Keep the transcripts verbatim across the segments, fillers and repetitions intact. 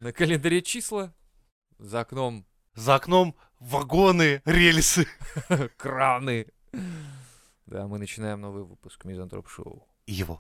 На календаре числа, за окном За окном вагоны, рельсы. краны. Да, мы начинаем новый выпуск Мизантроп Шоу. И его.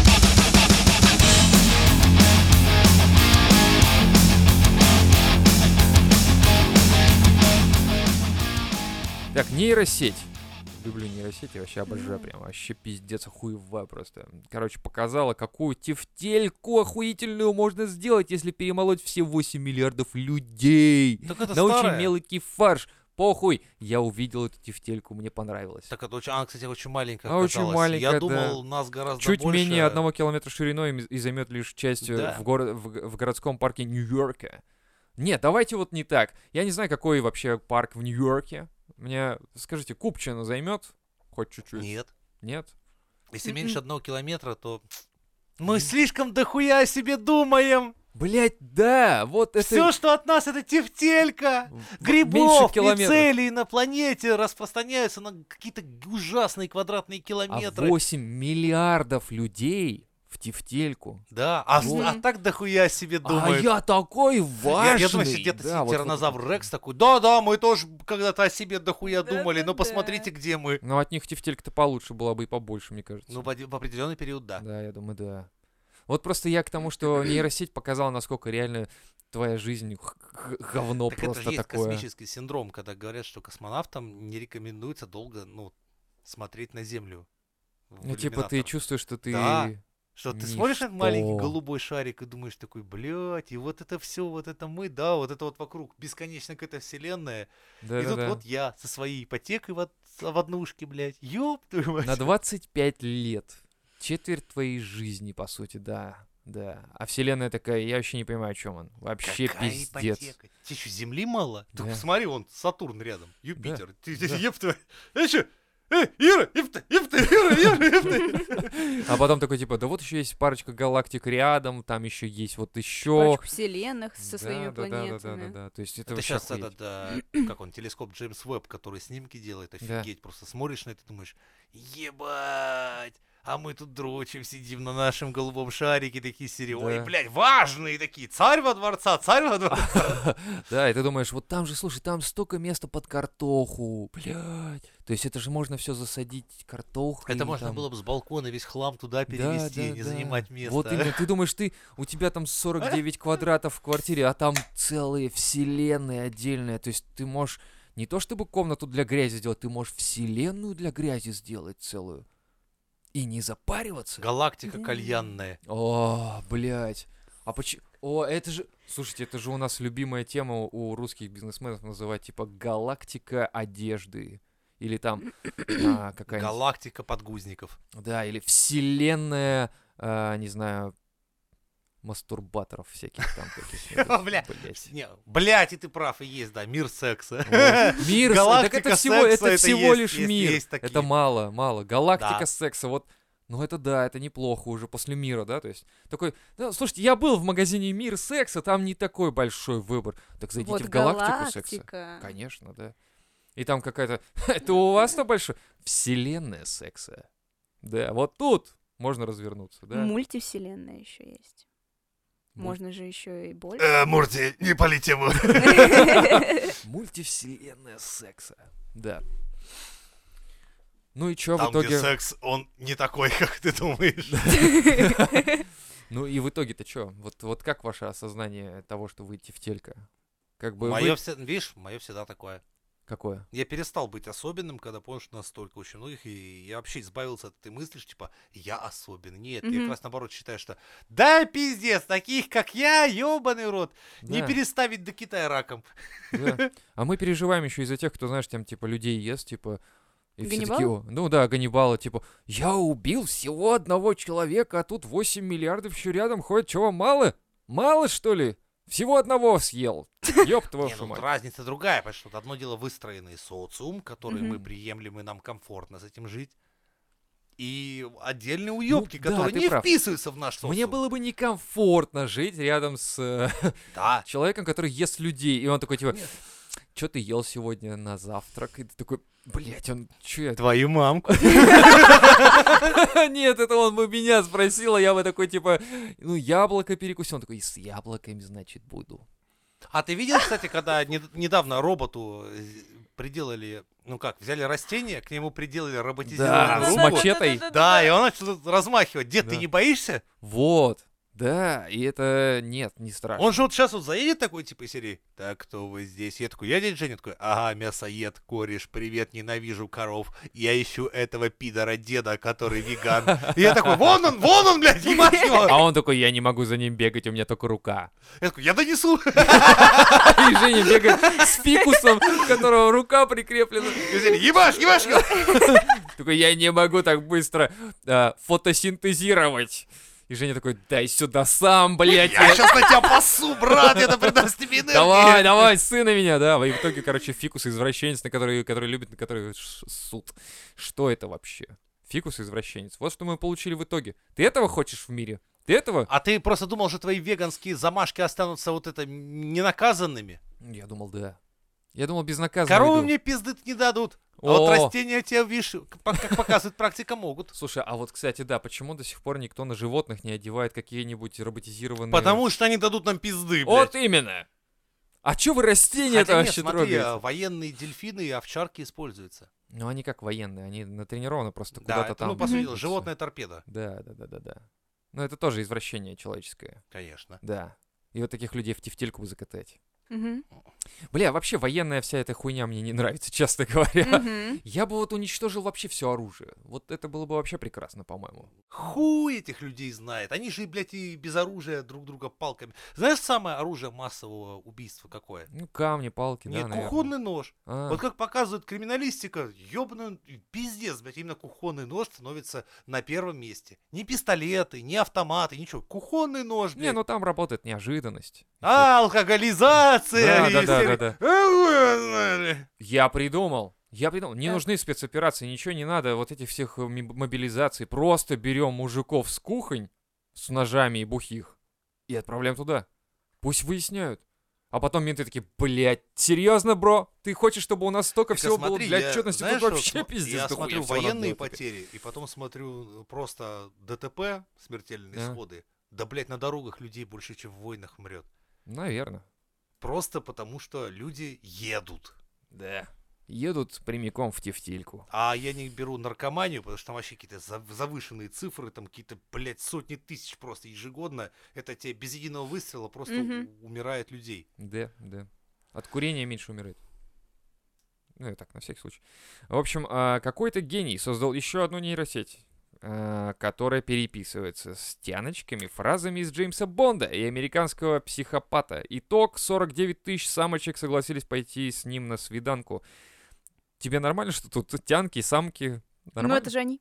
Так, нейросеть. Люблю нейросеть, я вообще обожаю, прям вообще пиздец, охуеваю просто. Короче, показала, какую тефтельку охуительную можно сделать, если перемолоть все восемь миллиардов людей. Так это На очень старая. мелкий фарш. Похуй, я увидел эту тефтельку, мне понравилось. Так это очень, она, кстати, очень маленькая А, очень оказалась. маленькая, Я да. думал, нас гораздо Чуть больше. менее одного километра шириной и- и займет лишь часть э, Да. в, горо- в, г- в городском парке Нью-Йорка. Нет, давайте вот не так. Я не знаю, какой вообще парк в Нью-Йорке. Мне, скажите, Купчино займет? Хоть чуть-чуть. Нет. Нет? Если Мгм. меньше одного километра, то... Мы слишком дохуя о себе думаем. Блять, да, вот это... Все, что от нас, это тефтелька. в- Грибов, меньше километра. мицелий на планете распространяются на какие-то ужасные квадратные А километры. восемь миллиардов людей в тефтельку. Да, а, с- Вот. а так дохуя о себе А думают. я такой Я, важный. я думаю, если где-то Да, сидит вот- тираннозавр Рекс такой, да-да, мы тоже когда-то о себе дохуя Да-да-да. думали, но посмотрите, где мы. Ну, от них тефтелька-то получше была бы и побольше, мне кажется. Ну, в, оди- в определенный период, да. Да, я думаю, да. Вот просто я к тому, что нейросеть показала, насколько реально твоя жизнь х- х- говно Так это просто же есть такое. космический синдром, когда говорят, что космонавтам не рекомендуется долго, ну, смотреть на Землю. в Ну, типа, ты иллюминатор. чувствуешь, что ты... Да. Что ты смотришь на этот маленький ничто. голубой шарик и думаешь такой, блядь, и вот это все, вот это мы, да, вот это вот вокруг бесконечно какая-то вселенная. И тут Да-да-да. вот я со своей ипотекой в, от- в однушке, блядь, ёб твою мать. На двадцать пять лет. Четверть твоей жизни, по сути, да. Да. А вселенная такая, я вообще не понимаю, о чем он. Вообще Какая пиздец. ипотека? Тебе что, Земли мало? Да. Ты посмотри, вон Сатурн рядом, Юпитер. Ты, ты, Да. ёб твою- Э, чё? Э, Ира, ёпта, ёпта, Ира, Ира, ёпта. А потом такой, типа, да вот еще есть парочка галактик рядом, там еще есть вот еще... Парочку вселенных со своими планетами. Да, да, да. То есть это, Это вообще сейчас охуеть. этот, а, как он, телескоп Джеймс Уэбб, который снимки делает, Да. офигеть. Просто смотришь на это и думаешь, ебать, а мы тут дрочим, сидим на нашем голубом шарике, такие серии, ой, Да. блядь, важные такие, царь во дворца, царь во дворца. Да, и ты думаешь, вот там же, слушай, там столько места под картоху, блядь. То есть это же можно все засадить картохой. Это можно там. было бы с балкона весь хлам туда перевести, Да, не да, занимать да. место. Вот именно, ты думаешь, ты, у тебя там сорок девять квадратов в квартире, а там целые вселенные отдельные. То есть ты можешь не то чтобы комнату для грязи сделать, ты можешь вселенную для грязи сделать целую. И не запариваться. Галактика Да. кальянная. О, блядь. А почему... О, это же... Слушайте, это же у нас любимая тема у русских бизнесменов называть, типа, галактика одежды. Или там а, какая-нибудь... Галактика подгузников. Да, или вселенная, а, не знаю, мастурбаторов всяких там каких-нибудь. Бля. Блядь. Не, блядь, и ты прав, и есть, да, мир секса. Вот. Мир, с- так Галактика это всего, секса, это это всего есть, лишь есть, мир. есть такие. Это мало, мало. Галактика Да. секса, вот. Ну это да, это неплохо уже после мира, да, то есть такой, ну, слушайте, я был в магазине Мир секса, там не такой большой выбор. Так зайдите Вот в галактику секса. галактика. Конечно, да. И там какая-то, это у вас-то большое, вселенная секса. Да, вот тут можно развернуться, да. Мультивселенная еще есть. Муль- Можно же еще и больше. Э, Мурти, не пали тему. Мультивселенная секса. Да. Ну и чё в Там, где итоге... секс, он не такой, как ты думаешь. Ну и в итоге-то чё? Вот, вот как ваше осознание того, что вы тефтелька? Как бы Мое вы... все, видишь, мое всегда такое. Какое? Я перестал быть особенным, когда понял, что нас столько очень многих, и я вообще избавился от этой мысли, что типа, я особенный. Нет, я Мгм. как раз наоборот считаю, что да, пиздец, таких как я, ёбаный рот, не Да, переставить до Китая раком. да. А мы переживаем еще из-за тех, кто, знаешь, там, типа, людей ест, типа... И все Ганнибал? такие, «О, ну да, Ганнибала, типа, я убил всего одного человека, а тут восемь миллиардов еще рядом ходят, чего, мало? Мало, что ли? Всего одного съел. Ёб твою Не, ну, мать. разница другая, потому что вот одно дело выстроенный социум, который мы Мгм. приемлем, и нам комфортно с этим жить. И отдельные уёбки, Ну да, которые ты не прав. вписываются в наш социум. Мне было бы некомфортно жить рядом с э, Да. человеком, который ест людей. И он такой, типа, Нет. что ты ел сегодня на завтрак? И ты такой, блять, он что я... Твою мамку. Нет, это он бы меня спросил, а я бы такой, типа, ну, яблоко перекусил. Он такой, с яблоками, значит, буду. А ты видел, кстати, когда не- недавно роботу э, приделали, ну как, взяли растение, к нему приделали Да, роботизированную с руку. мачетой. Да, и он начал размахивать. Дед, ты Да. не боишься? Вот, да, и это, нет, не страшно. Он же вот сейчас вот заедет такой, типа, из серии, так, кто вы здесь? Я такой, я дядя Женя, такой, ага, мясоед, кореш, привет, ненавижу коров. Я ищу этого пидора деда, который веган. И я такой, вон он, вон он, блядь, ебать его. А он такой, я не могу за ним бегать, у меня только рука. Я такой, я донесу. И Женя бегает с фикусом, у которого рука прикреплена. Из серии, ебашь, ебашь его. Такой, я не могу так быстро а, фотосинтезировать. И Женя такой, дай сюда сам, блядь. Я сейчас на тебя пасу, брат, это придаст тебе энергии. Давай, давай, сына меня, да. И в итоге, короче, фикус извращенец, на который, который любит, на который ш- суд. Что это вообще? Фикус извращенец. Вот что мы получили в итоге. Ты этого хочешь в мире? Ты этого? А ты просто думал, что твои веганские замашки останутся вот это ненаказанными? Я думал, да. Я думал, безнаказанно Коровы иду. мне пизды не дадут. А О! вот растения тебе, видишь, к- как показывает практика, могут. Слушай, а вот, кстати, да, почему до сих пор никто на животных не одевает какие-нибудь роботизированные... Потому что они дадут нам пизды, блядь. Вот именно! А чё вы растения-то Хотя нет, вообще смотри, трогаете? а, военные дельфины и овчарки используются. Ну, они как военные, они натренированы просто Да, куда-то это, там. ну, по сути и дела, всё. животная торпеда. Да, да, да, да, да. Но это тоже извращение человеческое. Конечно. Да. И вот таких людей в тефтельку бы закатать. Мгм. Бля, вообще военная вся эта хуйня мне не нравится, честно говоря. Мгм. Я бы вот уничтожил вообще все оружие. Вот это было бы вообще прекрасно, по-моему. Хуй этих людей знает. Они же, блядь, и без оружия друг друга палками. Знаешь, самое оружие массового убийства какое? Ну, камни, палки, да, Нет, наверное. кухонный нож. А, Вот как показывает криминалистика, ёбаный пиздец, блядь, именно кухонный нож становится на первом месте. Не пистолеты, не автоматы, ничего. Кухонный нож, Не, блядь. ну там работает неожиданность. А, алкоголизация! Да, да, и да, серия, да, да. «А вы знали». Я придумал. Я придумал. Не Так. нужны спецоперации, ничего не надо. Вот этих всех э, ми- мобилизаций. Просто берем мужиков с кухонь, с ножами и бухих, и отправляем туда. Пусть выясняют. А потом менты такие, блядь, серьезно, бро? Ты хочешь, чтобы у нас столько Так, а всего было смотри, для я- отчетности? знаешь, Тут вот вообще см- пиздец. Я дохуя смотрю всего надо военные было теперь. потери, и потом смотрю просто ДТП, смертельные Да. исходы. Да, блядь, на дорогах людей больше, чем в войнах мрет. Наверное. Просто потому, что люди едут. Да. Едут прямиком в тефтельку. А я не беру наркоманию, потому что там вообще какие-то зав- завышенные цифры, там какие-то, блядь, сотни тысяч просто ежегодно. Это тебе без единого выстрела просто Мгм. у- умирает людей. Да, да. От курения меньше умирает. Ну, и так, на всякий случай. В общем, а, какой-то гений создал еще одну нейросеть, а, которая переписывается с тяночками, фразами из Джеймса Бонда и американского психопата. Итог: сорок девять тысяч самочек согласились пойти с ним на свиданку. Тебе нормально, что тут тянки, самки? Ну, Нормально? это же они.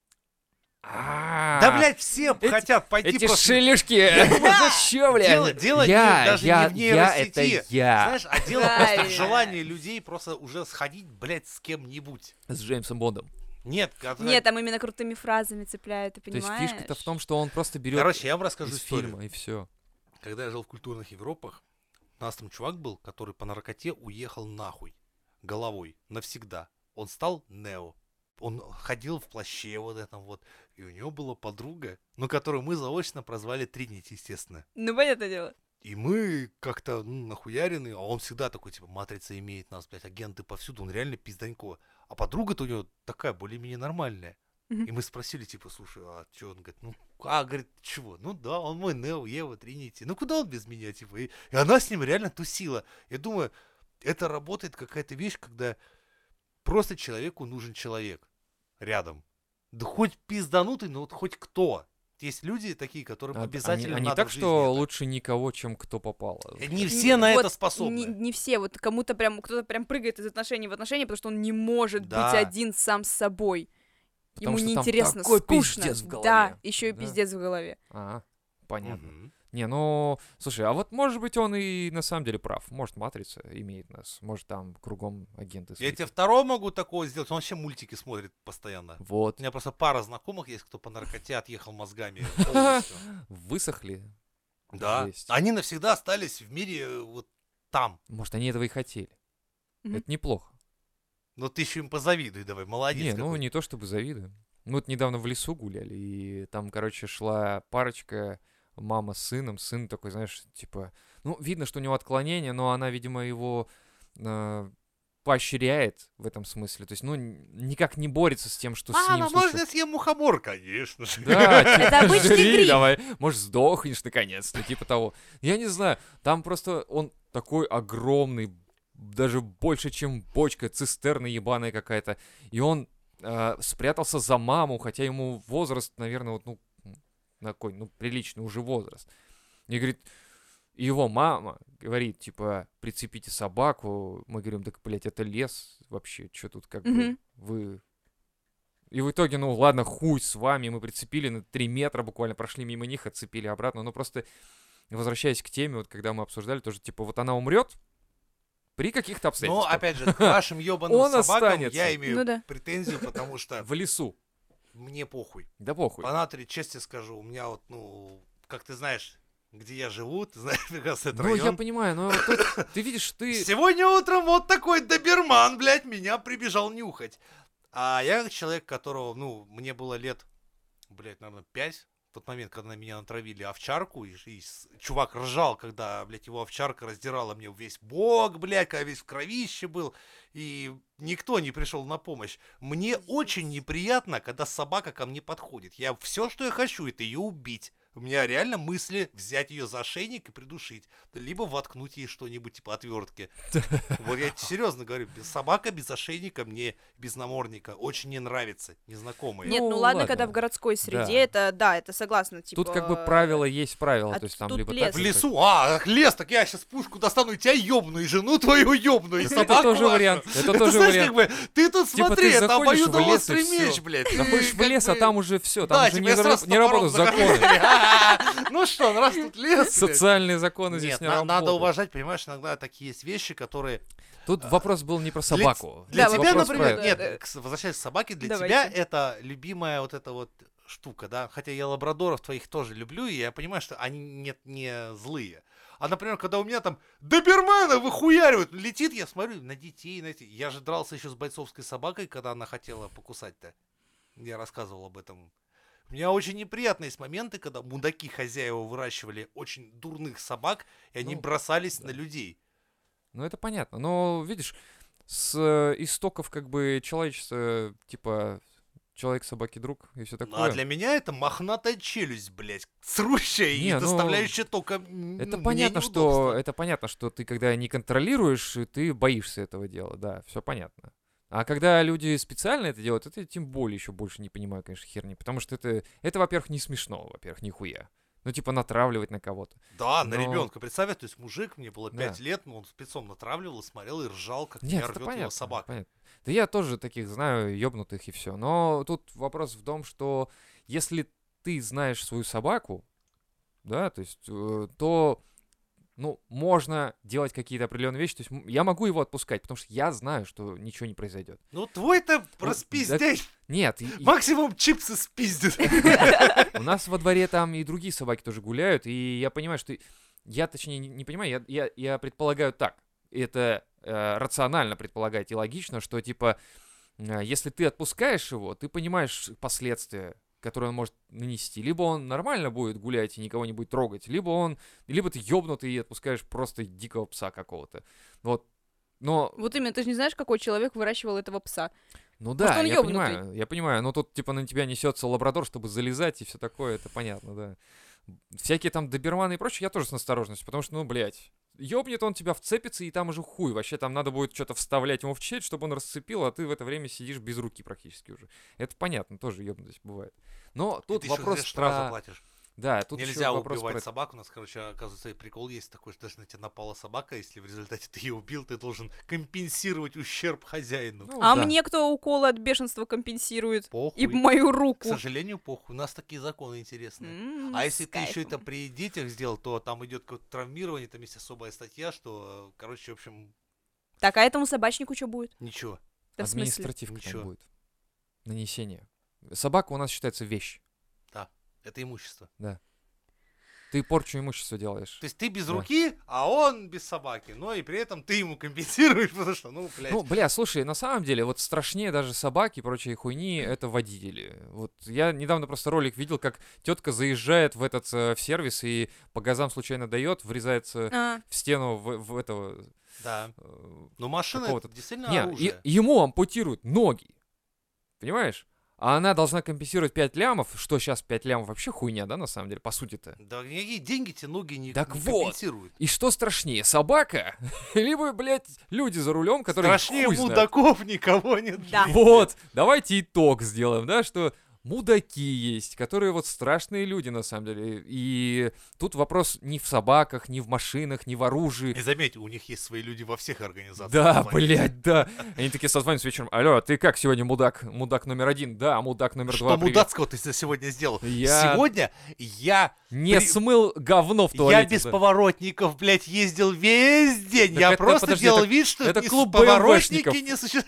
А, Да, блядь, все эти- хотят пойти Эти просто... шелюшки! думаю, Зачем, блядь? дело- дело не- я, даже не я, в я, это нейросети. я. Знаешь, а дело просто в Правильно. желании людей просто уже сходить, блядь, с кем-нибудь. С Джеймсом Бондом. Нет, когда- Нет, там именно крутыми фразами цепляют, ты То есть понимаешь? фишка-то в том, что он просто берет Короче, я вам расскажу из историю. фильма, и все. Когда я жил в культурных Европах, у нас там чувак был, который по наркоте уехал нахуй. Головой. Навсегда. Он стал Нео. Он ходил в плаще вот этом вот. И у него была подруга, ну, которую мы заочно прозвали Тринити, естественно. Ну, понятное дело. И мы как-то, ну, нахуярены, а он всегда такой, типа, матрица имеет нас, блядь, агенты повсюду, он реально пизданько. А подруга-то у него такая более-менее нормальная. Мгм. И мы спросили, типа, слушай, а что? Он говорит, ну, а, говорит, чего? Ну да, он мой Нео, Ева, Тринити. Ну куда он без меня, типа? И, и она с ним реально тусила. Я думаю, это работает какая-то вещь, когда просто человеку нужен человек рядом. Да хоть пизданутый, но вот хоть кто. Есть люди такие, которым А, обязательно они, они надо так, в жизни что это. лучше никого, чем кто попало. Э, Не все на Вот это способны. Не, не все, вот кому-то прям, кто-то прям прыгает из отношений в отношения, потому что он не может Да. быть один сам с собой. Потому Ему что там неинтересно, такой скучно. пиздец в голове. Да, еще и Да. пиздец в голове. А, понятно. Мгм. Не, ну, слушай, а вот может быть он и на самом деле прав. Может, Матрица имеет нас. Может, там кругом агенты. Я светят. тебе второго могу такого сделать. Он вообще мультики смотрит постоянно. Вот. У меня просто пара знакомых есть, кто по наркоте отъехал мозгами полностью. Высохли. Да. Жесть. Они навсегда остались в мире э, вот там. Может, они этого и хотели. Мгм. Это неплохо. Но ты еще им позавидуй давай, молодец Не, ну какой. не то чтобы завидую. Мы вот недавно в лесу гуляли, и там, короче, шла парочка, мама с сыном. Сын такой, знаешь, типа... Ну, видно, что у него отклонение, но она, видимо, его э, поощряет в этом смысле. То есть, ну, н- никак не борется с тем, что с ним Мама, можно случилось. я съем мухомор? Конечно же. Да, типа, Это обычный жри гриб. давай, может, сдохнешь наконец-то, типа того. Я не знаю, там просто он такой огромный, даже больше, чем бочка, цистерна ебаная какая-то. И он э, спрятался за маму, хотя ему возраст, наверное, вот, ну, такой, ну, приличный уже возраст. И говорит, и его мама говорит, типа, прицепите собаку. Мы говорим, так, блядь, это лес вообще, что тут как бы Мгм. вы... И в итоге, ну ладно, хуй с вами, мы прицепили на три метра буквально, прошли мимо них, отцепили обратно. Но просто, возвращаясь к теме, вот когда мы обсуждали, тоже, типа, вот она умрет при каких-то Но, обстоятельствах. опять же, к вашим ебаным Он собакам останется. я имею Ну да. претензию, потому что В лесу. мне похуй. Да похуй. По натуре, честно скажу, у меня вот, ну, как ты знаешь, где я живу, ты знаешь прекрасно этот Ну, я район. понимаю, но тут, ты видишь, ты... Сегодня утром вот такой доберман, блядь, меня прибежал нюхать. А я как человек, которого, ну, мне было лет, блядь, наверное, пять, в тот момент, когда на меня натравили овчарку, и, и с- чувак ржал, когда, блядь, его овчарка раздирала мне весь бок, блядь, когда весь в кровище был, и никто не пришел на помощь. Мне очень неприятно, когда собака ко мне подходит. Я все, что я хочу, это ее убить. У меня реально мысли взять ее за ошейник и придушить. Либо воткнуть ей что-нибудь типа отвертки. Вот я тебе серьезно говорю, без- собака без ошейника мне, без намордника, очень не нравится, незнакомые. Нет, ну Ну, ладно, ладно. когда в городской среде, Да. это, да, это согласна, типа... Тут как бы правило есть правило, а то есть тут там либо лес. так, В либо лесу, а, ах, лес, так я сейчас пушку достану и тебя ёбну, и жену твою ёбну, и так. собаку Это тоже вашу. вариант, это Это, тоже знаешь, вариант. как бы, ты тут Типа смотри, ты это заходишь в лес, и обоюдоострый всё. меч, блядь. Заходишь и в как лес, а бы- там уже все, Да, там уже тебе не, сразу зараб- не топором работают законы. захлопнули. Ха-ха. Ну что, ну раз тут лес, блядь. Социальные законы здесь Нет, не на- работают. надо уважать, понимаешь, иногда такие есть вещи, которые... Тут вопрос был не про Для- собаку. Для Да, тебя, вопрос например, про- нет, да, да. к- возвращаясь к собаке, для Давайте. тебя это любимая вот эта вот штука, да? Хотя я лабрадоров твоих тоже люблю, и я понимаю, что они нет, не злые. А, например, когда у меня там добермена выхуяривают, летит, я смотрю на детей, на эти... Я же дрался еще с бойцовской собакой, когда она хотела покусать-то. Я рассказывал об этом. У меня очень неприятные есть моменты, когда мудаки хозяева выращивали очень дурных собак, и они Ну, бросались да. на людей. Ну, это понятно. Но, видишь, с э, истоков как бы человечества, типа, человек, собаки, друг и все Ну, такое. а для меня это мохнатая челюсть, блядь, срущая Не, и ну, доставляющая только м, Это мне понятно, что неудобства. это понятно, что ты когда не контролируешь, и ты боишься этого дела, да, все понятно. А когда люди специально это делают, это тем более еще больше не понимаю, конечно, херни, потому что это, это, во-первых, не смешно, во-первых, нихуя. Ну, типа, натравливать на кого-то. Да, на Но- ребенка. Представь, то есть мужик, мне было Да. пять лет, но он спецом натравливал и смотрел и ржал, как Нет, меня это рвет понятно, его собака. понятно. Да я тоже таких знаю, ёбнутых и все. Но тут вопрос в том, что если ты знаешь свою собаку, да, то есть, э, то, ну, можно делать какие-то определенные вещи. То есть м, я могу его отпускать, потому что я знаю, что ничего не произойдет. Ну, твой-то Ну, распиздеть. Нет, и- и Максимум чипсы спиздит. у нас во дворе там и другие собаки тоже гуляют, и я понимаю, что... Я, точнее, не, не понимаю, я, я, я предполагаю так. Это э, рационально предполагать и логично, что, типа, э, если ты отпускаешь его, ты понимаешь последствия, которые он может нанести. Либо он нормально будет гулять и никого не будет трогать, либо он... Либо ты ёбнутый и отпускаешь просто дикого пса какого-то. Вот. Но... Вот именно, ты же не знаешь, какой человек выращивал этого пса. Ну Может, да, он я ёбнутый? понимаю, я понимаю, но тут типа на тебя несется лабрадор, чтобы залезать и все такое, это понятно, да. Всякие там доберманы и прочее, я тоже с настороженностью, потому что, ну, блядь, ёбнет он тебя, вцепится, и там уже хуй. Вообще там надо будет что-то вставлять ему в челюсть, чтобы он расцепил, а ты в это время сидишь без руки практически уже. Это понятно, тоже ёбнутость бывает. Но И тут ты ещё вопрос за штраф про... заплатишь. Да, тут Нельзя ещё вопрос убивать про... собаку. У нас, короче, оказывается, прикол есть такой, что даже на тебя напала собака, если в результате ты ее убил, ты должен компенсировать ущерб хозяину. Ну, А да. мне кто уколы от бешенства компенсирует? Похуй. И мою К руку. сожалению, похуй. У нас такие законы интересные. М, А с если ты еще кайфом. это при детях сделал, то там идет какое-то травмирование, там есть особая статья, что, э, короче, в общем, Так, а этому собачнику что будет? ничего. Да в смысле? Административка там Ничего. будет. Нанесение. Собака у нас считается вещь. Это имущество. Ты порчу имущества делаешь. То есть ты без Да. руки, а он без собаки. Но и при этом ты ему компенсируешь, потому что, ну, блядь. Ну, бля, слушай, на самом деле, вот страшнее даже собаки и прочей хуйни — это водители. Вот я недавно просто ролик видел, как тетка заезжает в этот э, в сервис и по газам случайно дает, врезается А, в стену в, в этого... Да. э, Но машина какого-то- это действительно Не, оружие. и- ему ампутируют ноги. Понимаешь? А она должна компенсировать пять лямов, что сейчас пять лямов вообще хуйня, да, на самом деле, по сути-то. Да никакие деньги те ноги не, Так не вот. компенсируют. И что страшнее, собака? Либо, блядь, люди за рулем, которые Страшнее хуй знает. мудаков никого нет. в Да. жизни. Вот, давайте итог сделаем, да, что мудаки есть, которые вот страшные люди, на самом деле. И тут вопрос не в собаках, не в машинах, не в оружии. И заметь, у них есть свои люди во всех организациях. Да, планете. блядь, да. Они такие созваниваются вечером. Алло, ты как сегодня мудак? Мудак номер один? Да, мудак номер Что два. привет. мудацкого ты сегодня сделал? Я Сегодня я, не при- смыл говно в я туалете. без да. поворотников, блядь, ездил весь день. Так я это, просто подожди, делал это- вид, что это не- клуб поворотники БМВшников. не существуют.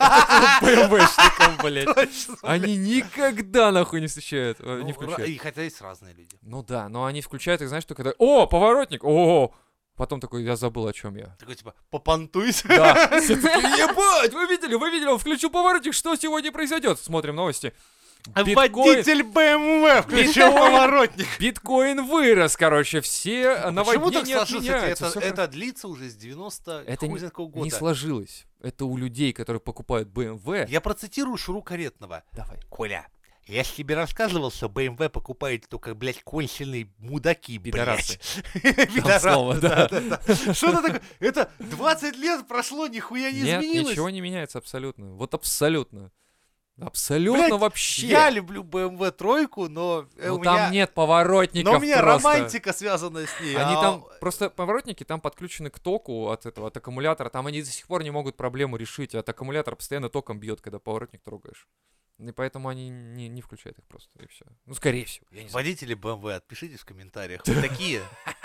БМВшников, блядь. Точно, Они никогда нахуй не встречают. э, Ну, Не ра- включают. и хотя есть разные люди. Ну да, но они включают их, знаешь, только когда... О, поворотник! О! Потом такой, я забыл, о чем я. Такой, типа, попонтуйся. Да, все такие, ебать, вы видели, вы видели, он включил поворотник, что сегодня произойдет? Смотрим новости. Биткоин, Водитель БМВ включил Биткоин. поворотник. биткоин вырос, короче, все Почему так наводнения сложилось? Кстати, отменяются. Это, всё это длится уже с девяносто Это хуй знает какого Не года. сложилось. Это у людей, которые покупают бэ эм вэ. Я процитирую Шуру Каретного. Давай. Коля, я ж тебе рассказывал, что БМВ покупает только, блядь, конченые мудаки, Пидорасы. блядь. Пидорасы, слово, да. да, да, да. Что это такое? Это двадцать лет прошло, нихуя не Нет, изменилось. ничего не меняется абсолютно. Вот абсолютно. Абсолютно Блядь, вообще. Я люблю БМВ тройку, но э, Ну у там меня... нет поворотников Но у меня просто. романтика связана с ней. Они а- там, просто поворотники там подключены к току от этого, от аккумулятора. Там они до сих пор не могут проблему решить. От аккумулятора постоянно током бьет, когда поворотник трогаешь. И поэтому они не, не включают их просто, и все. Ну, скорее всего, я не знаю. Водители БМВ, отпишитесь в комментариях. Вы такие.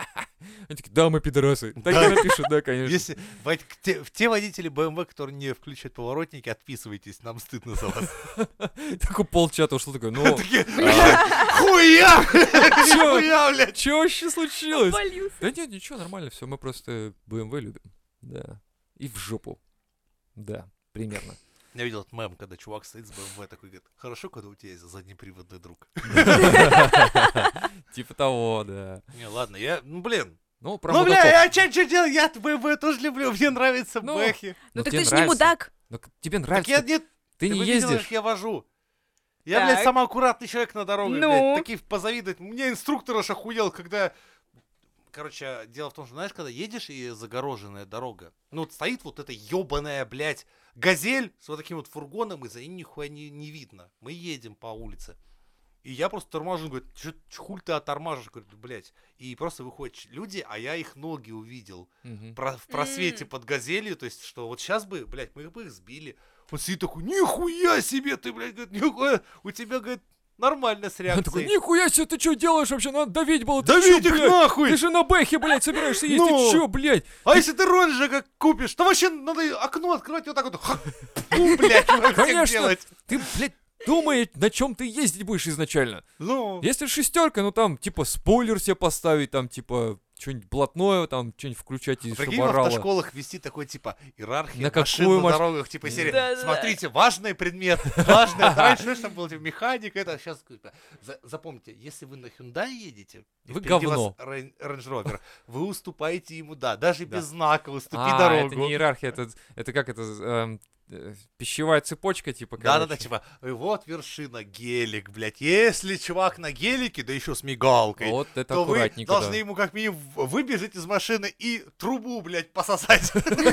Они такие, да, мы пидорасы. Так Да. и напишут, да, конечно. Если вод- те, те водители БМВ, которые не включают поворотники, отписывайтесь, нам стыдно за вас. Такой полчата ушло, такой, ну, Такие, хуя! Чё? Хуя, блядь! что вообще случилось? Обвалился. Да нет, ничего, нормально, все, мы просто бэ эм вэ любим. Да. И в жопу. Да, примерно. Я видел этот мем, когда чувак стоит с БМВ, такой говорит, хорошо, когда у тебя есть заднеприводный друг. Типа того, да. Не, ладно, я, ну, блин. Ну, про Ну, мудаков. бля, я че что делать? Я БМВ тоже люблю, мне нравятся Ну, бэхи. Ну так тебе ты ж не нравится. мудак. Ну, к- тебе Так нравится. я не... Ты не вы видели, ездишь. как я вожу? Я, Так. блядь, самый аккуратный человек на дороге, Ну? блядь, такие позавидовать. Мне инструктор аж охуел, когда... Короче, дело в том, что, знаешь, когда едешь и загороженная дорога, ну, вот стоит вот эта ебаная, блядь, газель с вот таким вот фургоном, и за ним нихуя не, не видно. Мы едем по улице. И я просто торможу, он говорит, чё, чё, хуль ты оттормаживаешь? Говорю, блядь. И просто выходят ч- люди, а я их ноги увидел Мгм. про- в просвете М. под газелью, то есть, что вот сейчас бы, блядь, мы бы их сбили. Он сидит такой, нихуя себе ты, блядь, говорит, нихуя, у тебя, говорит, нормально с Он такой, реакцией. нихуя себе, ты что делаешь вообще? Надо давить было. Ты Давить чё, их блядь? нахуй! Ты же на бэхе, блядь, собираешься есть. Ну. Ты чё, блядь? А если ты как купишь, то вообще надо окно открывать и вот так вот, ха, фу, блядь, вот так Конечно. делать. Ты, блядь, думай, на чем ты ездить будешь изначально. Ну, Если шестерка, ну там, типа, спойлер себе поставить, там, типа, что-нибудь блатное, там, что-нибудь включать из прикинь, в шабарала. автошколах вести такой, типа, иерархия На машин какую на маш- дорогах, типа, серии, Да-да-да. смотрите, важный предмет, важный, раньше, знаешь, там был, типа, механик, это, сейчас, запомните, если вы на Hyundai едете, и Вы впереди говно. вас Рейн- Range Rover, вы уступаете ему, да, даже Да. без знака, уступи А, дорогу. это не иерархия, это, это как это, эм, э, пищевая цепочка, типа, Да-да-да, короче. типа, «Ой, вот вершина, гелик, блядь. Если чувак на гелике, да еще с мигалкой, Вот это то вы аккуратненько, должны да. ему как минимум в- выбежать из машины и трубу, блядь, пососать.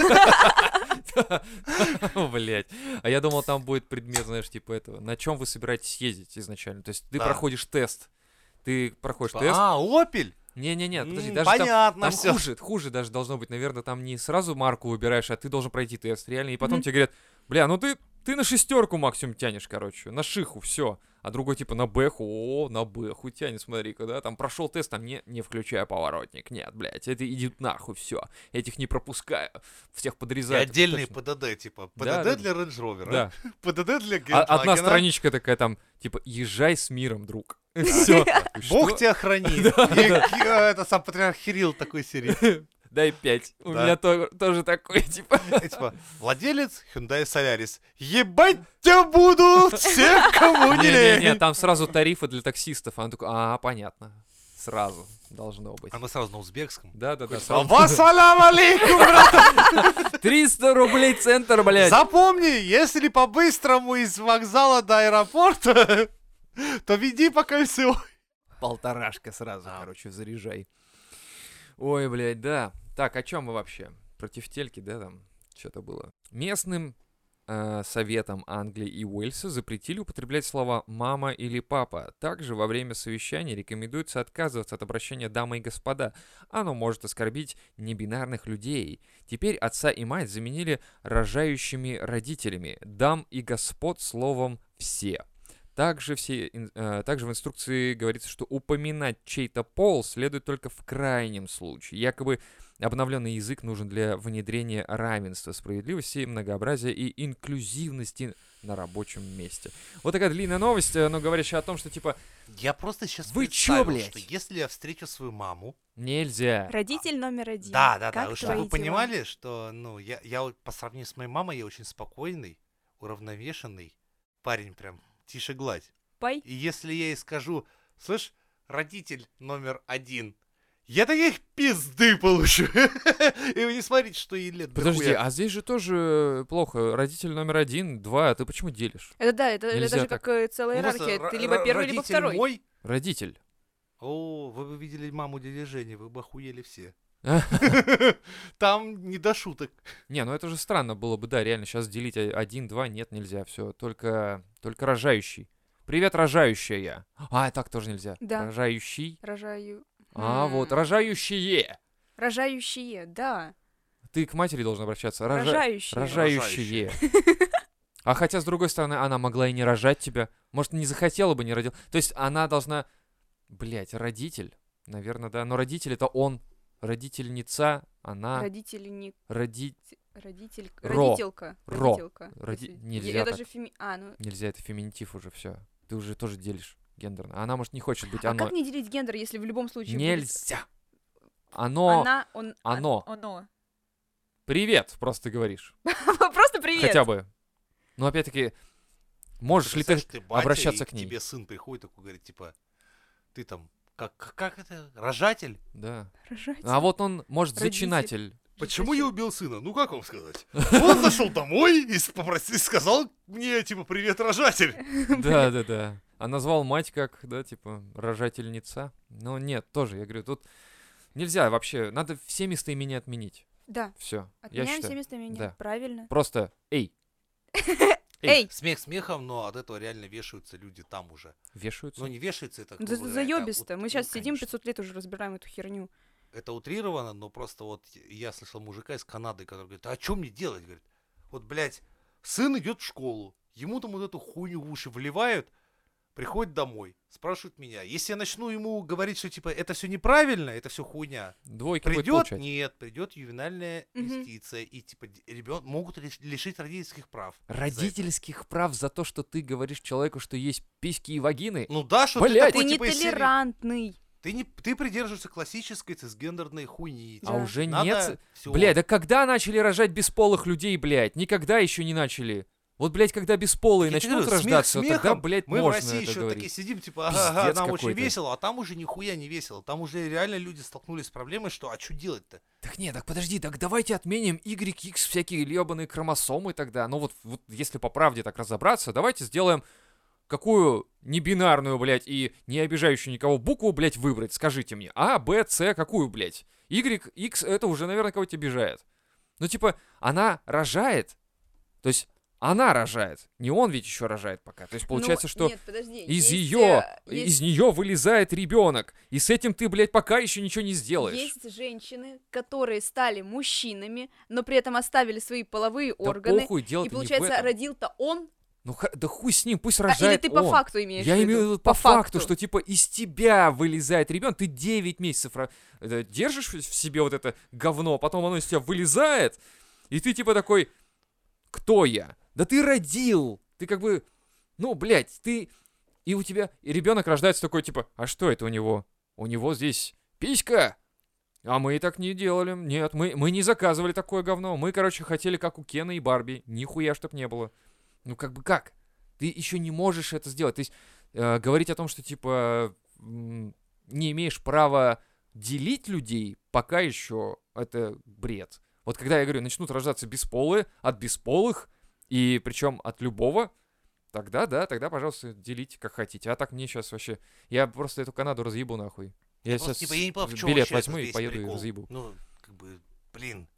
Блять. А я думал, там будет предмет, знаешь, типа этого. На чем вы собираетесь ездить изначально? То есть ты Да. проходишь тест. Ты проходишь тест. А, Опель? Не-не-не, подожди, М, даже там, Понятно там все. хуже, хуже даже должно быть. Наверное, там не сразу марку выбираешь, а ты должен пройти тест реально. И потом Мгм. тебе говорят, бля, ну ты, ты на шестерку максимум тянешь, короче, на шиху, все. а другой типа на бэху, о, на бэху тянет, смотри-ка, да, там прошел тест, там не, не включая поворотник, нет, блядь, это идет нахуй, все, этих не пропускаю, всех И подрезают. отдельные Точно. ПДД, типа, Да, ПДД да, для Range Rover, Да. ПДД для А- одна Гелендвагена. страничка такая там, типа, езжай с миром, друг. Все. Бог тебя храни. И, э, Это сам патриарх Кирилл такой серии. Дай пять. У Да. меня то- тоже такой, типа. И типа, владелец Hyundai Solaris. Ебать тебя буду всех, кому не Не-не-не, лень. там сразу тарифы для таксистов. Он такой, а, понятно. Сразу должно быть. А мы сразу на узбекском. Да-да-да. Вассалам алейкум, брат. триста рублей центр, блядь. Запомни, если по-быстрому из вокзала до аэропорта, то веди по кольцу. Полторашка сразу, Да. короче, заряжай. Ой, блядь, да. Так, о чем мы вообще? Против тельки, да, там что-то было. Местным э, советам Англии и Уэльса запретили употреблять слова «мама» или «папа». Также во время совещания рекомендуется отказываться от обращения «дамы» и «господа». Оно может оскорбить небинарных людей. Теперь отца и мать заменили рожающими родителями. Дам и господ словом «все». Также, все, ин- э, также в инструкции говорится, что упоминать чей-то пол следует только в крайнем случае. Якобы обновленный язык нужен для внедрения равенства, справедливости, многообразия и инклюзивности на рабочем месте. Вот такая длинная новость, э, но говорящая о том, что типа Я просто сейчас Вы чё, представил, блядь? что если я встречу свою маму, нельзя. Родитель номер один. да, да, да, Как чтобы твои вы дела? понимали, что, ну, я, я вот по сравнению с моей мамой, я очень спокойный, уравновешенный парень, прям тише гладь. Пай. И если я ей скажу, слышь, родитель номер один, я таких пизды получу. И вы не смотрите, что ей лет Подожди, дохуя. а здесь же тоже плохо. Родитель номер один, два, а ты почему делишь? Это да, это, это Нельзя даже так. как э, целая Ну, просто иерархия. р- Ты либо р- первый, либо родитель второй. мой. Родитель. О, вы бы видели маму дяди Жени, вы бы охуели все. Там не до шуток. Не, ну это же странно было бы, да, реально, сейчас делить о- один, два, нет, нельзя, все, только, только рожающий. Привет, рожающая. А, так тоже нельзя. Да. Рожающий. Рожаю. А, вот, М. рожающие. Рожающие, да. Ты к матери должен обращаться. Рожа- Рожающие. Рожающие. А хотя, с другой стороны, она могла и не рожать тебя. Может, не захотела бы, не родил. То есть она должна... Блять, родитель. Наверное, да. Но родитель это он. Родительница, она... Родители не... Роди... Родитель... Ро. Родителька. Ро. Родителька. Роди- Если- нельзя Я, я так. даже феми... А, ну... Нельзя, это феминитив уже, все. Ты уже тоже делишь гендерно. А она, может, не хочет быть А оно. как не делить гендер, если в любом случае... будет Нельзя. Оно... Она, он... а- Оно. Оно. Привет, просто говоришь. Просто привет. Хотя бы. Ну, опять-таки, можешь ли ты... Представляешь, батя, обращаться и к ней? тебе сын приходит такой, говорит, типа, ты там, как, как это, рожатель? Да. Рожать. А вот он, может, Родитель. зачинатель. Почему я убил сына? Ну, как вам сказать? Он зашел домой и с- попросил, и сказал мне, типа, привет, рожатель. Да, да, да. А назвал мать как, да, типа, рожательница. Но нет, тоже, я говорю, тут нельзя вообще, надо все местоимения отменить. Да. Все, я Отменяем все считаю. местоимения. Да. Правильно. Просто, эй, Эй, Смех смехом, но от этого реально вешаются люди там уже. вешаются. Ну, не вешаются, это... за- грубо говоря, это заебисто. ут- Мы ну, сейчас сидим конечно. пятьсот лет уже разбираем эту херню. Это утрировано, но просто вот я слышал мужика из Канады, который говорит, а что мне делать? Говорит, вот, блядь, сын идет в школу, ему там вот эту хуйню в уши вливают, приходит домой, спрашивает меня. Если я начну ему говорить, что типа это все неправильно, это все хуйня, Двойки будет придет, получать. нет, придет ювенальная Мгм. юстиция, и типа ребенок могут лиш- лишить родительских прав. из-за этого. Родительских прав за то, что ты говоришь человеку, что есть письки и вагины. Ну да, что Блядь. ты Ты такой, типа, из серии- нетолерантный. Ты, не, ты придерживаешься классической цисгендерной хуйни. А Да. уже Надо нет. всё- Блядь, да когда начали рожать бесполых людей, блядь? Никогда еще не начали. Вот, блядь, когда бесполые Я тебе начнут говорю, смех рождаться, вот тогда, смехом, блядь, мы в можно России это еще говорить. такие сидим, типа, ага, ага, Пиздец нам очень какой-то. весело, а там уже нихуя не весело. Там уже реально люди столкнулись с проблемой, что, а что делать-то? Так нет, так подожди, так давайте отменим Y, X, всякие лебаные хромосомы тогда. Ну вот, вот если по правде так разобраться, давайте сделаем какую небинарную, блядь, и не обижающую никого букву, блядь, выбрать, скажите мне. А, Б, С, какую, блядь? Y, X, это уже, наверное, кого-то обижает. Ну типа, она рожает, то есть она рожает, не он ведь еще рожает пока. То есть получается, Ну, что... Нет, подожди. Из есть, ее, э, есть- из нее вылезает ребенок. И с этим ты, блядь, пока еще ничего не сделаешь. Есть женщины, которые стали мужчинами, но при этом оставили свои половые Да органы. похуй, дело И не в получается, этом. родил-то он, Ну, ха- да хуй с ним, пусть А, или рожает ты по он. факту имеешь Я в виду? имею в виду по, факту, что типа из тебя вылезает ребенок, ты девять месяцев ра- это, держишь в в себе вот это говно, потом оно из тебя вылезает, и ты типа такой, кто я? Да ты родил! Ты как бы, ну, блядь, ты... И у тебя, и ребенок рождается такой, типа, а что это у него? У него здесь писька? А мы и так не делали. Нет, мы, мы не заказывали такое говно. Мы, короче, хотели как у Кена и Барби. Нихуя чтоб не было. Ну, как бы как? Ты еще не можешь это сделать. То есть э, говорить о том, что, типа, м, не имеешь права делить людей, пока еще это бред. Вот когда я говорю, начнут рождаться бесполые, от бесполых, и причем от любого, тогда, да, тогда, пожалуйста, делите как хотите. А так мне сейчас вообще... Я просто эту Канаду разъебу нахуй. Я Просто, сейчас типа, я не понимаю, в чем билет вообще возьму этот и весь поеду и прикол. разъебу. Ну, как бы, блин.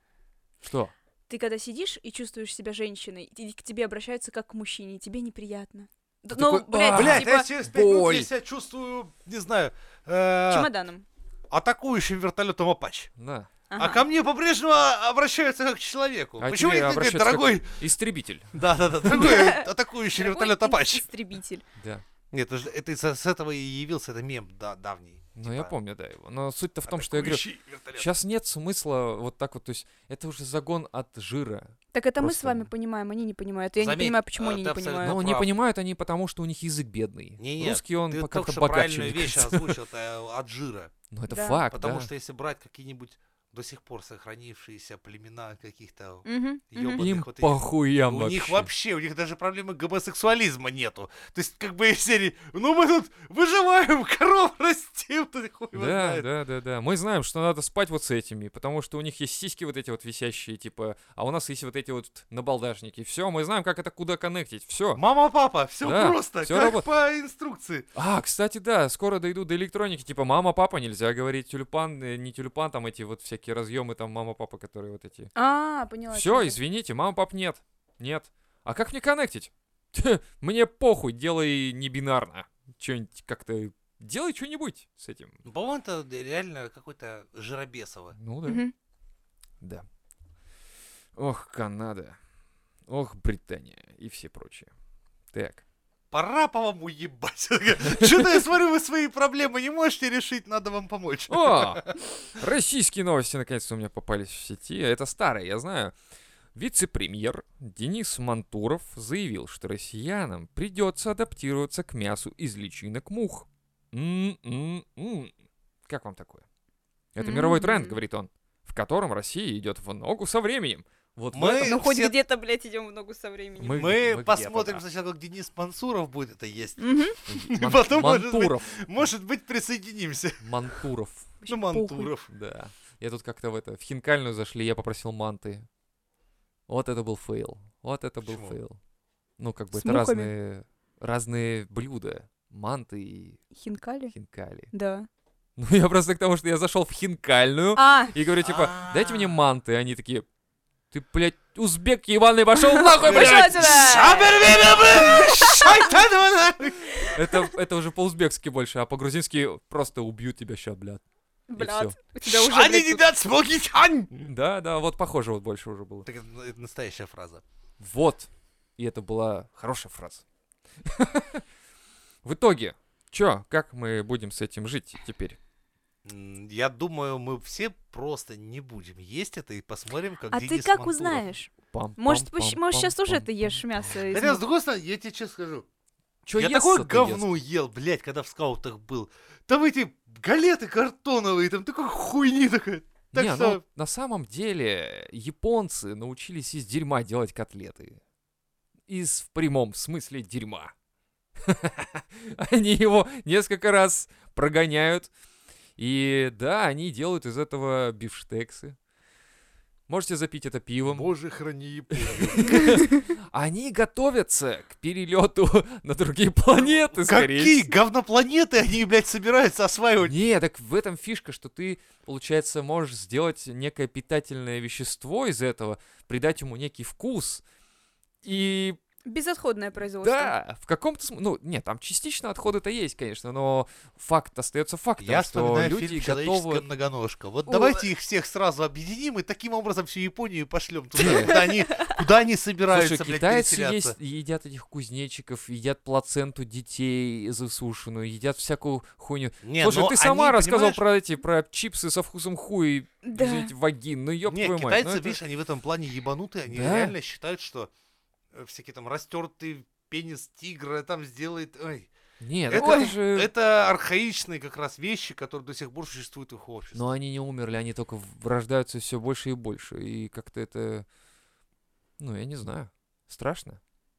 Что? Ты когда сидишь и чувствуешь себя женщиной, и к тебе обращаются как к мужчине, тебе неприятно. Д- Ну, такой, блядь, «А, Блять, типа я через пять минут боль. я себя чувствую, не знаю, э, чемоданом. атакующим вертолетом Апач. Да. А Ага. ко мне по-прежнему обращаются как к человеку. А Почему тебе не говорят, обращаются как- дорогой... Истребитель. Да-да-да, дорогой атакующий Дорогой вертолет Апач. истребитель. Да. Нет, это, же- это из- с этого и явился этот мем да, давний. Ну, я Типа, помню, да, его. Но суть-то в том, что я говорю, атакующий вертолет. сейчас нет смысла вот так вот, то есть это уже загон от жира. Так это мы с Просто- вами понимаем, они не понимают. Я Заметь, не понимаю, почему э, они ты не абсолютно понимают. Но не прав. понимают они потому, что у них язык бедный. Не, нет, Русский он Ты по- только как-то что богаче. правильную мне вещь кажется. озвучил, это от жира. Ну, это Да. факт, Потому да. что если брать какие-нибудь до сих пор сохранившиеся племена каких-то Мгм, мгм. ёбаных Им вот этих... по хуям У вообще. них вообще, у них даже проблемы гомосексуализма нету. То есть, как бы из серии, ну мы тут выживаем, коров растим, ты хуй его Да, знает. да, да, да. Мы знаем, что надо спать вот с этими, потому что у них есть сиськи вот эти вот висящие, типа, а у нас есть вот эти вот набалдашники. Все, мы знаем, как это куда коннектить. Все. Мама, папа, все Да, просто, всё как работает. по инструкции. А, кстати, да, скоро дойдут до электроники, типа мама, папа, нельзя говорить тюльпан, э, не тюльпан, там эти вот всякие разъемы, там мама, папа, которые вот эти. А, поняла. Все, чё ты. извините, мама, пап, нет. Нет. А как мне коннектить? Мне похуй, делай не бинарно. Что-нибудь как-то... Делай что-нибудь с этим. Ну, по-моему, это реально какой-то жиробесово. Ну да. Мгм. Да. Ох, Канада. Ох, Британия и все прочие. Так. Пора по вам уебать. Что-то я смотрю, вы свои проблемы не можете решить, надо вам помочь. О! Российские новости наконец-то у меня попались в сети. Это старые, я знаю. Вице-премьер Денис Мантуров заявил, что россиянам придется адаптироваться к мясу из личинок мух. М-м-м. Как вам такое? Это мировой тренд, М. говорит он, в котором Россия идет в ногу со временем. Вот в Мы- этом Ну, хоть все- где-то, блядь, идем в ногу со временем. Мы- Мы где-то, посмотрим да. сначала, как Денис Мансуров будет это есть. Мгм. Ман- Потом, может быть, Мантуров. Может быть, присоединимся. Мантуров. Вообще Ну, похуй. Мантуров. Да. Я тут как-то в это, в хинкальную зашли, я попросил манты. Вот это был фейл. Вот это был Почему? фейл. Ну, как бы С это мухами? разные, разные блюда. Манты и Хинкали? хинкали. Да. Ну, я просто к тому, что я зашел в хинкальную А, и говорю, типа, дайте мне А. манты. Они такие, ты, блядь, узбек ебаный, пошел нахуй, пошел блядь! отсюда! Это, это уже по-узбекски больше, а по-грузински просто убьют тебя ща, блядь. Блядь, всё. у тебя уже, Они блядь, не тут- дадут смогить ань! Да, да, вот похоже вот больше уже было. Так это это настоящая фраза. Вот. И это была хорошая фраза. В итоге, чё, как мы будем с этим жить теперь? М, Я думаю, мы все просто не будем есть это и посмотрим, как А Денис ты как Мантуров. узнаешь? Пам, Может, пам, пощ- пам, может, пам, сейчас уже пам, ты пам. ешь мясо из Хотя, с мух? другой стороны, я тебе честно скажу, Чё я естся-то такое ест? говно ел, блядь, когда в скаутах был. Там эти галеты картоновые, там такой хуйни такой. Так Не, что... ну, на самом деле, японцы научились из дерьма делать котлеты. Из, в прямом смысле, дерьма. Они его несколько раз прогоняют. И да, они делают из этого бифштексы. Можете запить это пивом. Боже, храни Японию. Они готовятся к перелету на другие планеты, скорее Какие всего. говнопланеты они, блядь, собираются осваивать? Не, так в этом фишка, что ты, получается, можешь сделать некое питательное вещество из этого, придать ему некий вкус и Безотходное производство. Да, в каком-то смысле, ну, нет, там частично отходы-то есть, конечно, но факт остается фактом, Я что вспоминаю люди фильм «Человеческая готовы... многоножка». Вот О. давайте их всех сразу объединим и таким образом всю Японию пошлем туда, куда они, куда они собираются, Слушай, блядь, китайцы переселяться. есть, едят этих кузнечиков, едят плаценту детей засушенную, едят всякую хуйню. Не, Слушай, но ты сама они, рассказывал понимаешь, про эти, про чипсы со вкусом хуя, Да. извините, вагин, ну ёб Не, твою мать. китайцы, ну это- видишь, они в этом плане ебанутые, они Да? реально считают, что э, всякие там растертый пенис тигра там сделает... Ой, Нет, это, это же... это архаичные как раз вещи, которые до сих пор существуют в их обществе. Но они не умерли, они только в- рождаются все больше и больше. И как-то это... Ну, я не знаю. Страшно.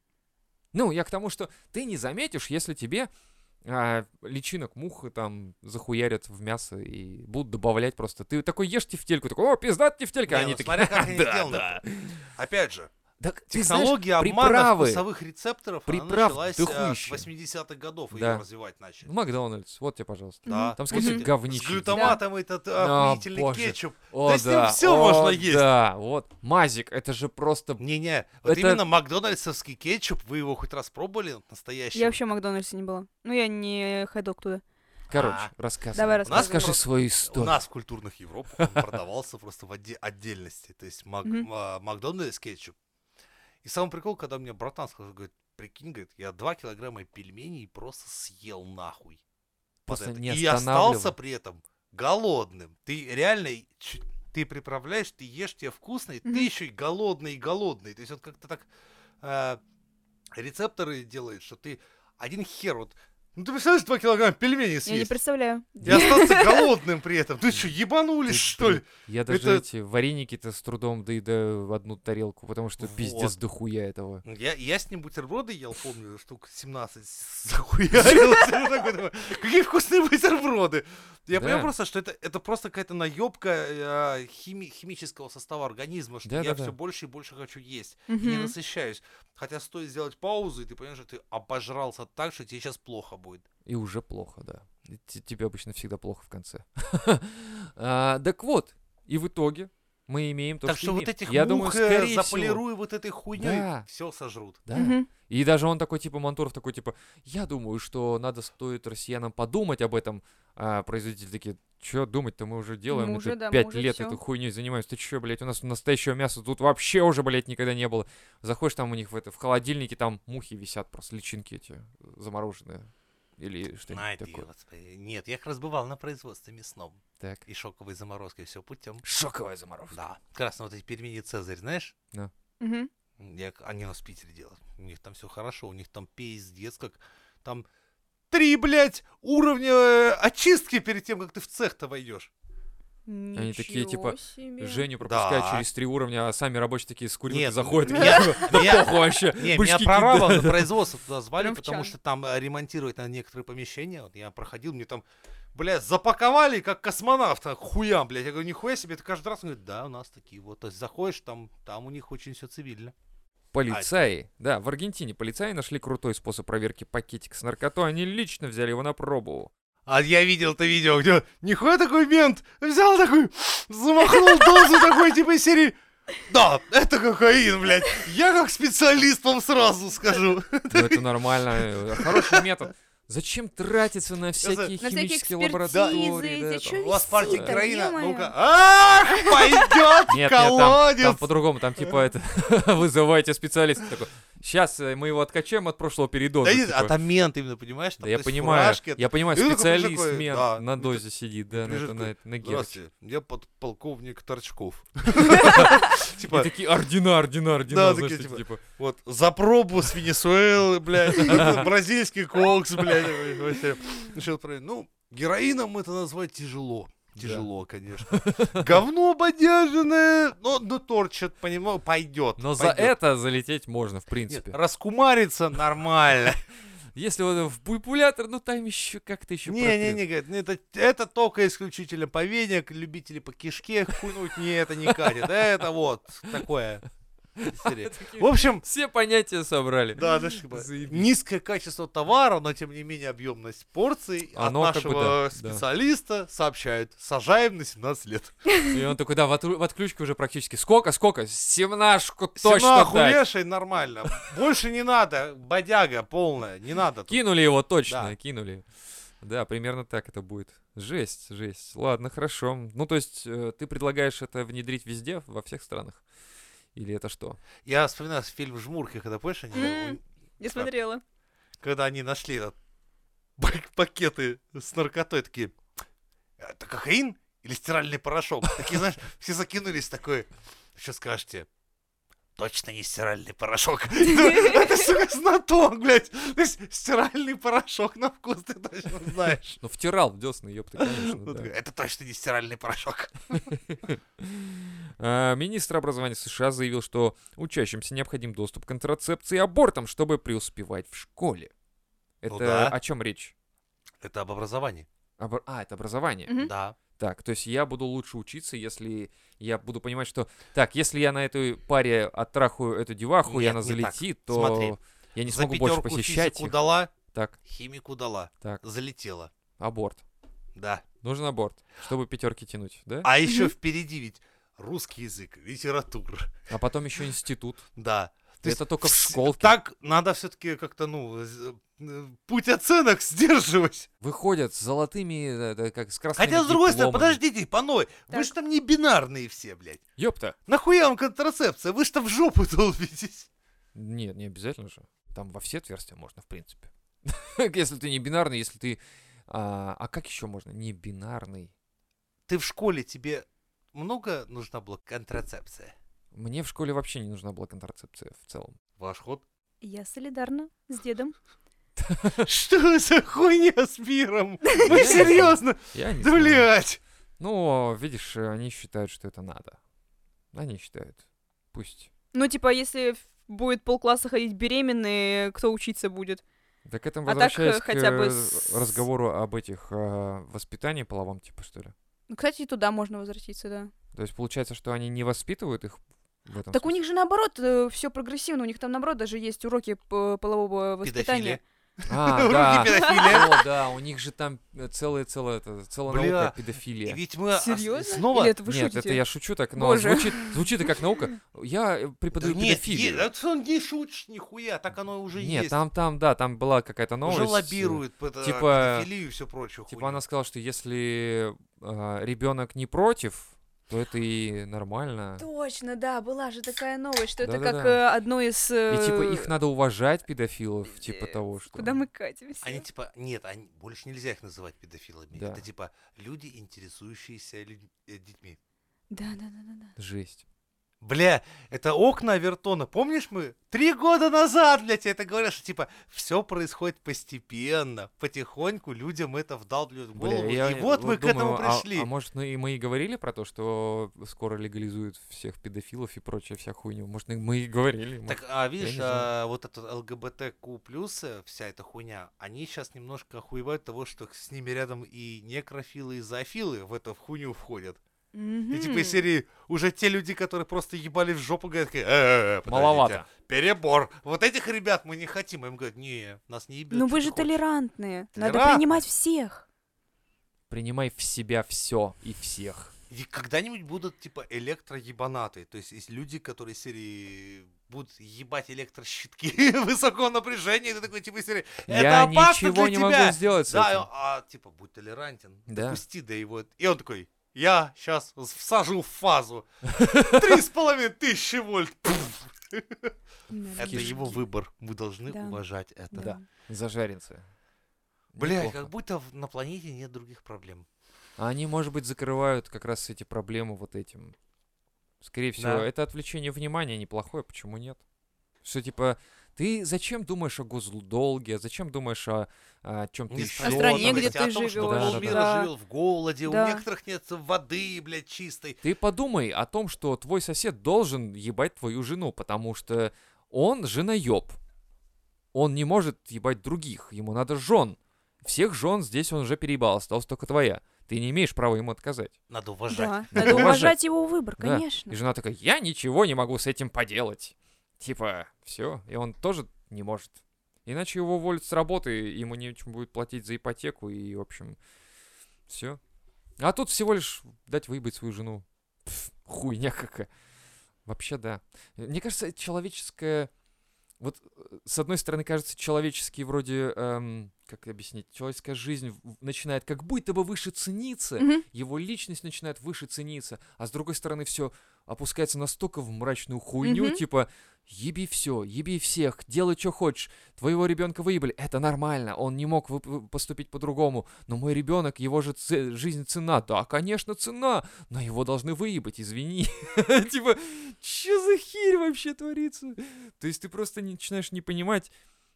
Ну, я к тому, что ты не заметишь, если тебе а, личинок мух там захуярят в мясо и будут добавлять просто. Ты такой ешь тефтельку, такой, о, пиздат тефтелька. Не, они ну такие, смотря как они да, сделаны. да. Опять же, Так, ты знаешь, технология обмана приправы. вкусовых рецепторов, она Приправ началась дохуища. э, с восьмидесятых годов, Да. ее развивать начали. Макдональдс, вот тебе, пожалуйста. Да. Там, Мгм. скажите, С говнище. глютаматом этот А, охуительный боже. кетчуп. О, Да с ним да, всё о, можно есть. Да, вот. Мазик, это же просто... Не-не, вот Это- именно макдональдсовский кетчуп, вы его хоть раз пробовали, настоящий? Я вообще в Макдональдсе не была. Ну, я не ходок туда. Короче, А. рассказывай. Давай, У нас рассказывай. Расскажи просто- свою У историю. нас в культурных Европах он продавался просто в отде- отдельности. То есть мак- Мгм. а, Макдональдс кетчуп. И самый прикол, когда мне братан сказал, говорит, прикинь, говорит, я два килограмма пельменей просто съел нахуй. под Просто это. не И останавливал. остался при этом голодным. Ты реально, ч- ты приправляешь, ты ешь, тебе вкусно, и Мгм. ты еще и голодный, и голодный. То есть он как-то так э, рецепторы делает, что ты один хер вот... Ну ты представляешь, два килограмма пельменей Я не съесть? представляю. И остаться голодным при этом. Ты что, ебанулись, Ты, что ли? блин, Я даже Это- эти вареники-то с трудом доедаю в одну тарелку, потому что Вот. пиздец дохуя этого. Я, я с ним бутерброды ел, помню, штук семнадцать захуярился. Я такой думаю, какие вкусные бутерброды. Я Да. понимаю просто, что это, это просто какая-то наебка химического состава организма, что я Да-да-да. все больше и больше хочу есть. И не Мгм. насыщаюсь. Хотя стоит сделать паузу, и ты понимаешь, что ты обожрался так, что тебе сейчас плохо будет. И уже плохо, да. И те- Тебе обычно всегда плохо в конце. А, Так вот, и в итоге мы имеем то, так что что вот имеем. этих Я мух думаю, э, скорее всего, заполируй вот этой хуйней, Да. все сожрут. да. Мгм. И даже он такой, типа, Мантуров такой, типа, я думаю, что надо стоит россиянам подумать об этом. А производители такие, что думать-то, мы уже делаем Мы это уже, да, мы пять уже лет всё. этой хуйней занимаемся. Ты что, блядь, у нас настоящего мяса тут вообще уже, блядь, никогда не было. Заходишь там у них в, это, в холодильнике, там мухи висят просто, личинки эти замороженные. Или Ай, что-нибудь ты, такое. господи. Нет, я их разбывал на производстве мясном. Так. И шоковой заморозкой все путем. Шоковая заморозка. Да. Как раз вот эти пельмени Цезарь, знаешь? Мгм. Я, они у нас в Питере делают. У них там все хорошо, у них там пиздец, как там три, блядь, уровня э, очистки перед тем, как ты в цех-то войдешь. Они такие, типа, Ничего себе. Женю пропускают Да. через три уровня, а сами рабочие такие с курилки Нет, заходят. меня- такие, Да меня- похуй вообще. Не, меня бычки прорабом кидают. на производство туда звали, Прям в потому чан. что там э, ремонтировать на некоторые помещения. Вот я проходил, мне там, блядь, запаковали, как космонавта, хуям, блядь. Я говорю, нихуя себе, ты каждый раз, он говорит, да, у нас такие вот. То есть заходишь, там, там у них очень все цивильно. Полицаи, да, в Аргентине полицаи нашли крутой способ проверки пакетика с наркотой, они лично взяли его на пробу. А я видел это видео, где нихуя такой мент взял такой, замахнул дозу такой, типа из серии. Да, это кокаин, блядь. Я как специалист вам сразу скажу. Ну, это нормально, э, хороший метод. Зачем тратиться на всякие На всякие химические экспертизы, лаборатории? да, эти, там? чё У вас партия висит-то, героина, ё-моё. ну-ка. Ах, пойдет Нет, нет, там, колодец. там по-другому, там типа это, вызывайте специалиста такой. Сейчас мы его откачаем от прошлого передоза. Да нет, типа. а там мент именно, понимаешь? Да там, я то есть понимаю, фуражки, я понимаю, И он такой специалист, такой, мент да, на и дозе сидит, да, на, прижит это, на, такой, это- на герочке. Здравствуйте, я подполковник Торчков. И Типа, такие ордена, ордена, ордена, Да, знаешь, такие, такие, типа, вот, за пробу с Венесуэлы, блядь, это бразильский кокс, блядь. вообще. Начал про- Ну, героином это назвать тяжело. Тяжело, конечно. Говно бодяженное, но, но торчит, понимаю, пойдет. но за это залететь можно, в принципе. Раскумариться нормально. Если вот в пульпулятор, ну там еще как-то еще Не-не-не, говорит, ну, это, это только исключительно по вене, любители по кишке хунуть, не, это не катит. Это вот такое. Серия. В общем, Все понятия собрали. да, знаешь, типа, Заебись. низкое качество товара, но тем не менее объемность порций от Оно как бы нашего да, да. специалиста сообщают, сажаем на семнадцать лет. И он такой, да, в, отру- в отключке уже практически. Сколько, сколько? Семнашку точно Семнаху дать. вешай, нормально. Больше не надо, бодяга полная, не надо. тут. Кинули его точно, Да. кинули. Да, примерно так это будет. Жесть, жесть. Ладно, хорошо. Ну, то есть, э, ты предлагаешь это внедрить везде, во всех странах? Или это что? Я вспоминаю фильм «Жмурки», когда, помнишь, они, М. Не смотрела. когда они нашли этот пак- пакеты с наркотой, такие, это кокаин или стиральный порошок? Такие, знаешь, все закинулись, такой, что скажете? Точно не стиральный порошок. Это, сука, знаток, блядь. То есть стиральный порошок на вкус ты точно знаешь. Ну, втирал в десны, ёпта, конечно, Ну, да. такой, это точно не стиральный порошок. А, Министр образования США заявил, что учащимся необходим доступ к контрацепции и абортам, чтобы преуспевать в школе. Ну Это да. о чем речь? Это об образовании. Обо- А, это образование. Мгм. Да. Так, то есть я буду лучше учиться, если я буду понимать, что... Так, если я на этой паре оттрахаю эту деваху, и Нет, она не так. залетит, то Смотри, я не За смогу больше пятерку посещать физику их. дала, Так, химику дала. так, Залетела. аборт. Да. Нужен аборт, чтобы пятерки тянуть, да? А еще впереди ведь русский язык, литература. А потом еще институт. Да. То есть Это только в вс- школке. Так надо все-таки как-то, ну, з- э, путь оценок сдерживать. Выходят с золотыми, э, да, как с красными Хотя, с другой стороны, дипломами. подождите, паной, вы Так. же там не бинарные все, блядь. Ёпта. Нахуя вам контрацепция? Вы же там в жопу долбитесь. Нет, не обязательно же. Там во все отверстия можно, в принципе. Если ты не бинарный, если ты... А, а как еще можно? Не бинарный. Ты в школе, тебе много нужна была контрацепция? Мне в школе вообще не нужна была контрацепция в целом. Ваш ход. Я солидарна с дедом. Что за хуйня с миром? Я Вы не серьезно? Я не Да, знаю. блядь. Ну, видишь, э, они считают, что это надо. Они считают. Пусть. Ну, типа, если в- будет полкласса ходить беременные, кто учиться будет? Да к этому А так, возвращаясь э, к хотя бы э, с- разговору об этих э, воспитании половом, типа, что ли. Ну, кстати, и туда можно возвратиться, да. То есть получается, что они не воспитывают их в этом Так у смысле? них же наоборот все прогрессивно, у них там наоборот даже есть уроки п- полового воспитания. А, Уроки да. педофилии. О, да, у них же там э, целая, целая, это, целая Бля, наука И педофилия. ведь мы ос- Серьезно? снова... Или это вы Нет, шутите? это я шучу так, но Боже. звучит, звучит и как наука. Я э, Да преподаю нет, педофилию. е- это он не шутишь нихуя, так оно уже Нет, есть. там, там, да, там была какая-то новость. Уже э, лоббируют пед- типа- педофилию и все прочее. Типа она сказала, что если ребенок не против, то это и нормально. Точно, да, была же такая новость, что это Да-да-да. как э, одно из... И э, типа их надо уважать, педофилов, типа э, того, что... Куда мы катимся? Они типа, нет, они, больше нельзя их называть педофилами. Да. Это типа люди, интересующиеся людь- э, детьми. Да, да, да, да, да. Жесть. Бля, это окна Авертона. Помнишь, мы три года назад, блядь, я это говорил, что типа все происходит постепенно, потихоньку людям это вдалбливают в голову. Бля, я и вот мы к этому думаю, а- пришли. А, может, ну и мы и говорили про то, что скоро легализуют всех педофилов и прочее, вся хуйню. Может, и мы и говорили. может. Так, а видишь, не знаю. а, вот этот ЛГБТК плюс, вся эта хуйня, они сейчас немножко охуевают того, что с ними рядом и некрофилы, и зоофилы в эту хуйню входят. И типа из серии уже те люди, которые просто ебали в жопу, говорят, такие, «Э-э-э, подождите, Маловато. перебор. Вот этих ребят мы не хотим. Им говорят, не, нас не ебет. Ну что вы ты же хочешь». толерантные. Надо Толерантные. принимать всех. Принимай в себя все и всех. И когда-нибудь будут типа электроебанаты. То есть есть люди, которые из серии будут ебать электрощитки высокого напряжения. И ты такой типа из серии, это Я опасно ничего для не тебя. могу сделать с Да, этим. а типа будь толерантен, Да. допусти до его. И он такой, я сейчас всажу в фазу. Три с половиной тысячи вольт. Пф. Это Кишки. его выбор. Мы должны Да. уважать это. Да. Зажаренцы. Бля, Неплохо. как будто в- на планете нет других проблем. А они, может быть, закрывают как раз эти проблемы вот этим. Скорее всего, Да. это отвлечение внимания неплохое, почему нет? Что типа, ты зачем думаешь о госдолге, зачем думаешь о, чем-то Не еще? спрашивай стране, новости где о ты том, что живешь. полмира Да. живет в голоде, Да. у некоторых нет воды, блядь, чистой. Ты подумай о том, что твой сосед должен ебать твою жену, потому что он женоеб. Он не может ебать других, ему надо жен. Всех жен здесь он уже переебал, осталась только твоя. Ты ты не имеешь права ему отказать. Надо уважать. Да, Надо надо уважать. уважать его выбор, Да. конечно. И жена такая, я ничего не могу с этим поделать. Типа, все. И он тоже не может. Иначе его уволят с работы, ему нечем будет платить за ипотеку, и, в общем, все. А тут всего лишь дать выебать свою жену. Пф, хуйня какая. Вообще, да. Мне кажется, человеческое... Вот, э, с одной стороны, кажется, человеческий вроде... эм, как объяснить? Человеческая жизнь в- начинает как будто бы выше цениться, Мгм. его личность начинает выше цениться, а с другой стороны все опускается настолько в мрачную хуйню, Мгм. типа еби все, еби всех, делай что хочешь, твоего ребенка выебали, это нормально, он не мог вып- вы- поступить по-другому, но мой ребенок, его же це- жизнь цена, да, конечно, цена, но его должны выебать, извини. Типа, что за херь вообще творится? То есть ты просто не- начинаешь не понимать,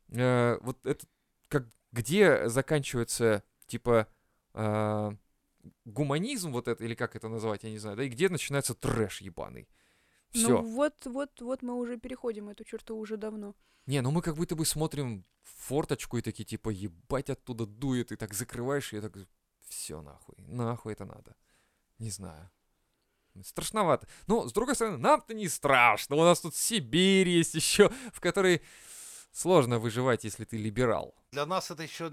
э, вот это, как, где заканчивается, типа, э, гуманизм вот это, или как это назвать, я не знаю, да, и где начинается трэш ебаный. Все. Ну вот, вот, вот мы уже переходим эту черту уже давно. Не, ну мы как будто бы смотрим в форточку и такие, типа, ебать, оттуда дует, и так закрываешь, и я так, все нахуй, нахуй это надо. Не знаю. Страшновато. Но, с другой стороны, нам-то не страшно. У нас тут Сибирь есть еще, в которой сложно выживать, если ты либерал. Для нас это еще...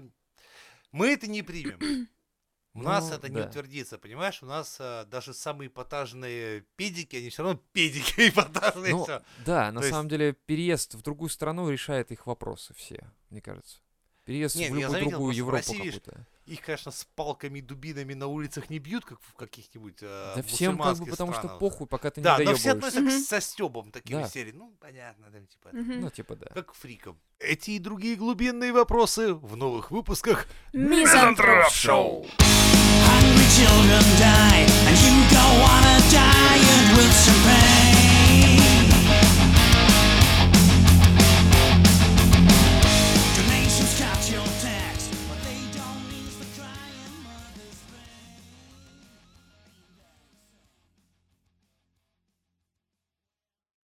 Мы это не примем. У нас Ну, это не да. утвердится, понимаешь? У нас а, даже самые эпатажные педики, они все равно педики эпатажные. Ну, всё. да, на То самом деле переезд в другую страну решает их вопросы все, мне кажется. Переезд Не, в ну, я любую заметил, другую просто в Европу России, видишь, какую-то. Их, конечно, с палками и дубинами на улицах не бьют, как в каких-нибудь а, Да всем как бы мусульманских потому что странах. похуй, пока ты Да, не но все доебываешься. относятся Мгм. к- со стебом таким Да. из серии. Ну, понятно, там типа... Мгм. Ну, типа, да. Как к фрикам. Эти и другие глубинные вопросы в новых выпусках Мизантроп Шоу. Hungry children die, and you go on a diet with some pain.